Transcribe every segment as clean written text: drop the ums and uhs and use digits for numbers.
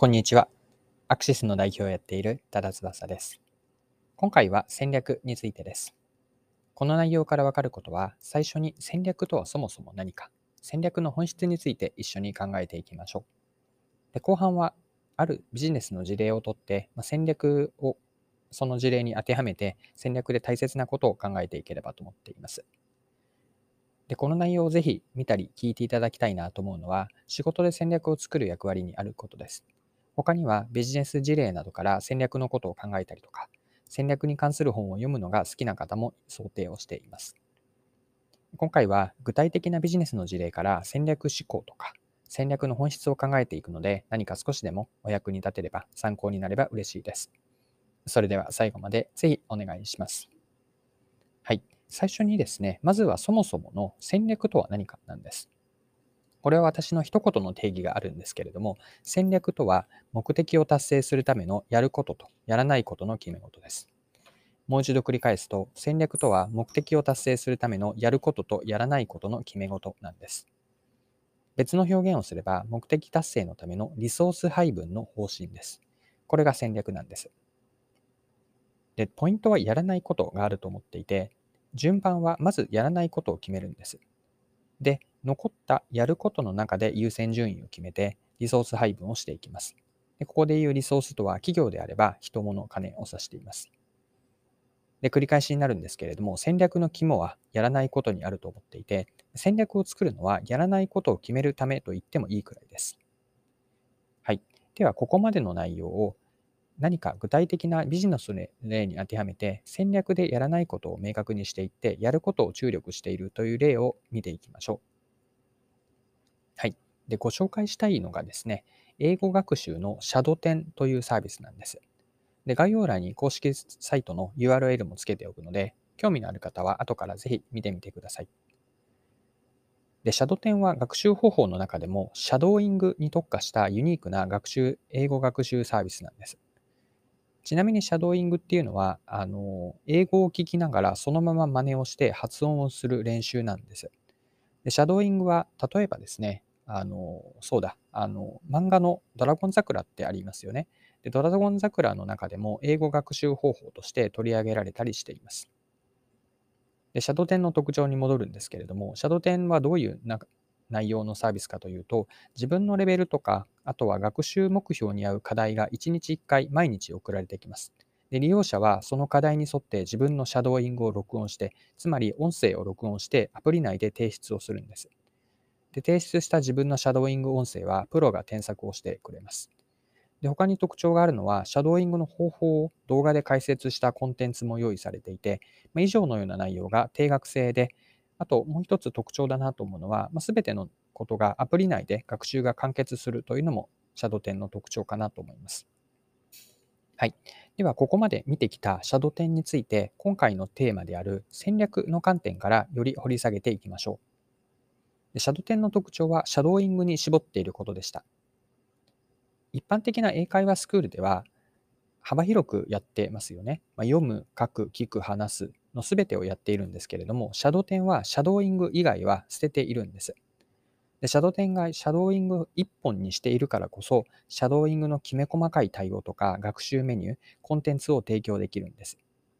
こんにちは。アクシスの代表をやっている多田翼です。今回は戦略についてです。この内容からわかることは、最初に戦略とはそもそも何か、戦略の本質について一緒に考えていきましょう。で、後半は、あるビジネスの事例をとって、戦略をその事例に当てはめて、戦略で大切なことを考えていければと思っています。で、この内容をぜひ見たり聞いていただきたいなと思うのは、仕事で戦略を作る役割にあることです。他にはビジネス事例などから戦略のことを考えたりとか、戦略に関する本を読むのが好きな方も想定をしています。今回は具体的なビジネスの事例から戦略思考とか、戦略の本質を考えていくので、何か少しでもお役に立てれば参考になれば嬉しいです。それでは最後までぜひお願いします。はい。最初にですね、まずはそもそもの戦略とは何かなんです。これは私の一言の定義があるんですけれども、戦略とは目的を達成するためのやることとやらないことの決め事です。もう一度繰り返すと、戦略とは目的を達成するためのやることとやらないことの決め事なんです。別の表現をすれば、目的達成のためのリソース配分の方針です。これが戦略なんです。で、ポイントはやらないことがあると思っていて、順番はまずやらないことを決めるんです。で、残ったやることの中で優先順位を決めて、リソース配分をしていきます。で、ここでいうリソースとは企業であれば人物金を指しています。で、繰り返しになるんですけれども、戦略の肝はやらないことにあると思っていて、戦略を作るのはやらないことを決めるためと言ってもいいくらいです。はい。では、ここまでの内容を何か具体的なビジネスの例に当てはめて、戦略でやらないことを明確にしていって、やることを注力しているという例を見ていきましょう。はい。で、ご紹介したいのがですね、英語学習のシャドテンというサービスなんです。で、概要欄に公式サイトの URL もつけておくので、興味のある方は後からぜひ見てみてください。で、シャドテンは学習方法の中でも、シャドーイングに特化したユニークな英語学習サービスなんです。ちなみにシャドーイングっていうのは、英語を聞きながらそのまま真似をして発音をする練習なんです。で、シャドーイングは、例えばですね、そうだ、漫画のドラゴン桜ってありますよね。で、ドラゴン桜の中でも英語学習方法として取り上げられたりしています。で、シャドテンの特徴に戻るんですけれども、シャドテンはどういう内容のサービスかというと、自分のレベルとか、あとは学習目標に合う課題が1日1回毎日送られてきます。で、利用者はその課題に沿って自分のシャドーイングを録音して、つまり音声を録音してアプリ内で提出をするんです。で、提出した自分のシャドーイング音声はプロが添削をしてくれます。で、他に特徴があるのは、シャドーイングの方法を動画で解説したコンテンツも用意されていて、以上のような内容が定額制で、あともう一つ特徴だなと思うのは、すべてのことがアプリ内で学習が完結するというのもシャドテンの特徴かなと思います。はい。では、ここまで見てきたシャドテンについて、今回のテーマである戦略の観点からより掘り下げていきましょう。で、シャドテンの特徴はシャドーイングに絞っていることでした。一般的な英会話スクールでは、幅広くやってますよね。読む、書く、聞く、話すのすべてをやっているんですけれども、シャドテンはシャドーイング以外は捨てているんです。で、シャドテンがシャドーイング一本にしているからこそ、シャドーイングのきめ細かい対応とか学習メニュー、コンテンツを提供できるんです。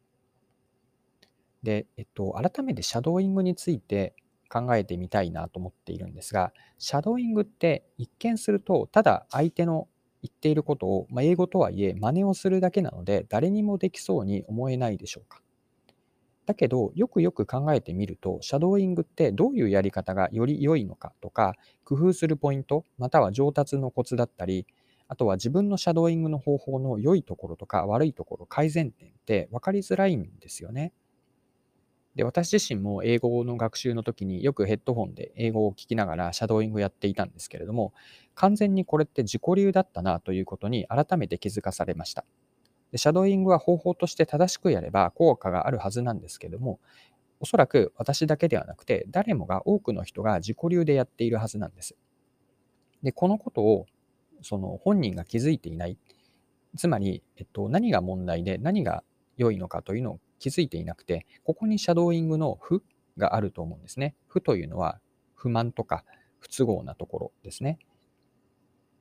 で、改めてシャドーイングについて考えてみたいなと思っているんですが、シャドーイングって一見すると、ただ相手の言っていることを、英語とはいえ真似をするだけなので、誰にもできそうに思えないでしょうか。だけど、よくよく考えてみると、シャドーイングってどういうやり方がより良いのかとか、工夫するポイント、または上達のコツだったり、あとは自分のシャドーイングの方法の良いところとか悪いところ、改善点って分かりづらいんですよね。で、私自身も英語の学習の時によくヘッドホンで英語を聞きながらシャドーイングやっていたんですけれども、完全にこれって自己流だったなということに改めて気づかされました。で、シャドーイングは方法として正しくやれば効果があるはずなんですけども、おそらく私だけではなくて、誰もが多くの人が自己流でやっているはずなんです。で、このことをその本人が気づいていない。つまり、何が問題で何が良いのかというのを気づいていなくて、ここにシャドーイングの負があると思うんですね。負というのは不満とか不都合なところですね。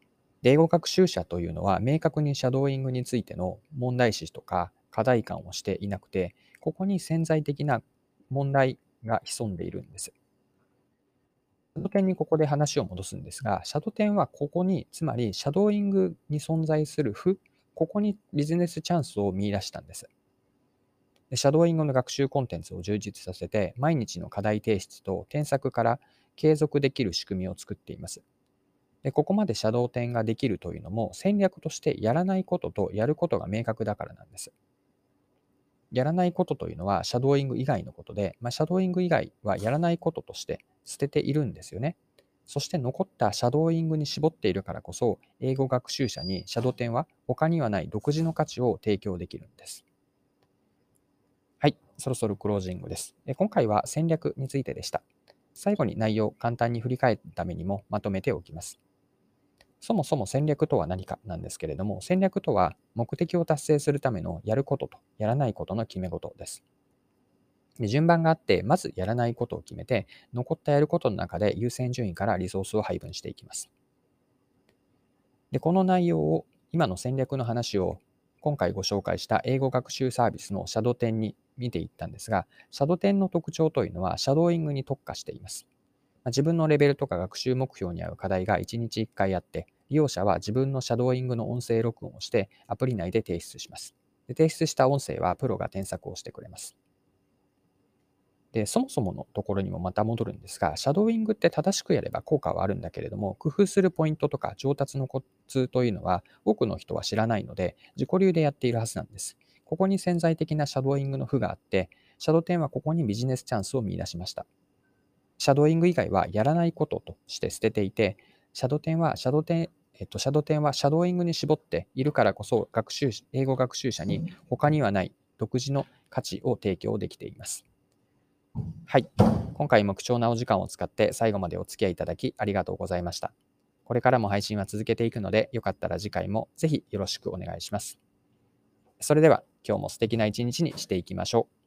で、英語学習者というのは明確にシャドーイングについての問題視とか課題感をしていなくて、ここに潜在的な問題が潜んでいるんです。シャド点にここで話を戻すんですが、シャド点はここに、つまりシャドーイングに存在する負、ここにビジネスチャンスを見出したんです。でシャドーイングの学習コンテンツを充実させて、毎日の課題提出と添削から継続できる仕組みを作っています。でここまでシャドー点ができるというのも、戦略としてやらないこととやることが明確だからなんです。やらないことというのはシャドーイング以外のことで、シャドーイング以外はやらないこととして捨てているんですよね。そして残ったシャドーイングに絞っているからこそ、英語学習者にシャドー点は他にはない独自の価値を提供できるんです。はい、そろそろクロージングです。今回は戦略についてでした。最後に内容を簡単に振り返るためにもまとめておきます。そもそも戦略とは何かなんですけれども、戦略とは目的を達成するためのやることとやらないことの決め事です。で順番があって、まずやらないことを決めて、残ったやることの中で優先順位からリソースを配分していきます。で、この内容を、今の戦略の話を今回ご紹介した英語学習サービスのシャド点に見ていったんですが、シャド点の特徴というのはシャドーイングに特化しています。自分のレベルとか学習目標に合う課題が1日1回あって、利用者は自分のシャドーイングの音声録音をしてアプリ内で提出します。で提出した音声はプロが添削をしてくれます。で、そもそものところにもまた戻るんですが、シャドーイングって正しくやれば効果はあるんだけれども、工夫するポイントとか上達のコツというのは多くの人は知らないので、自己流でやっているはずなんです。ここに潜在的なシャドーイングの負があって、シャドー10はここにビジネスチャンスを見出しました。シャドーイング以外はやらないこととして捨てていて、シャドー10はシャドー10シャドー10はシャドーイングに絞っているからこそ英語学習者に他にはない独自の価値を提供できています。はい。今回も貴重なお時間を使って最後までお付き合いいただきありがとうございました。これからも配信は続けていくので、よかったら次回もぜひよろしくお願いします。それでは今日も素敵な一日にしていきましょう。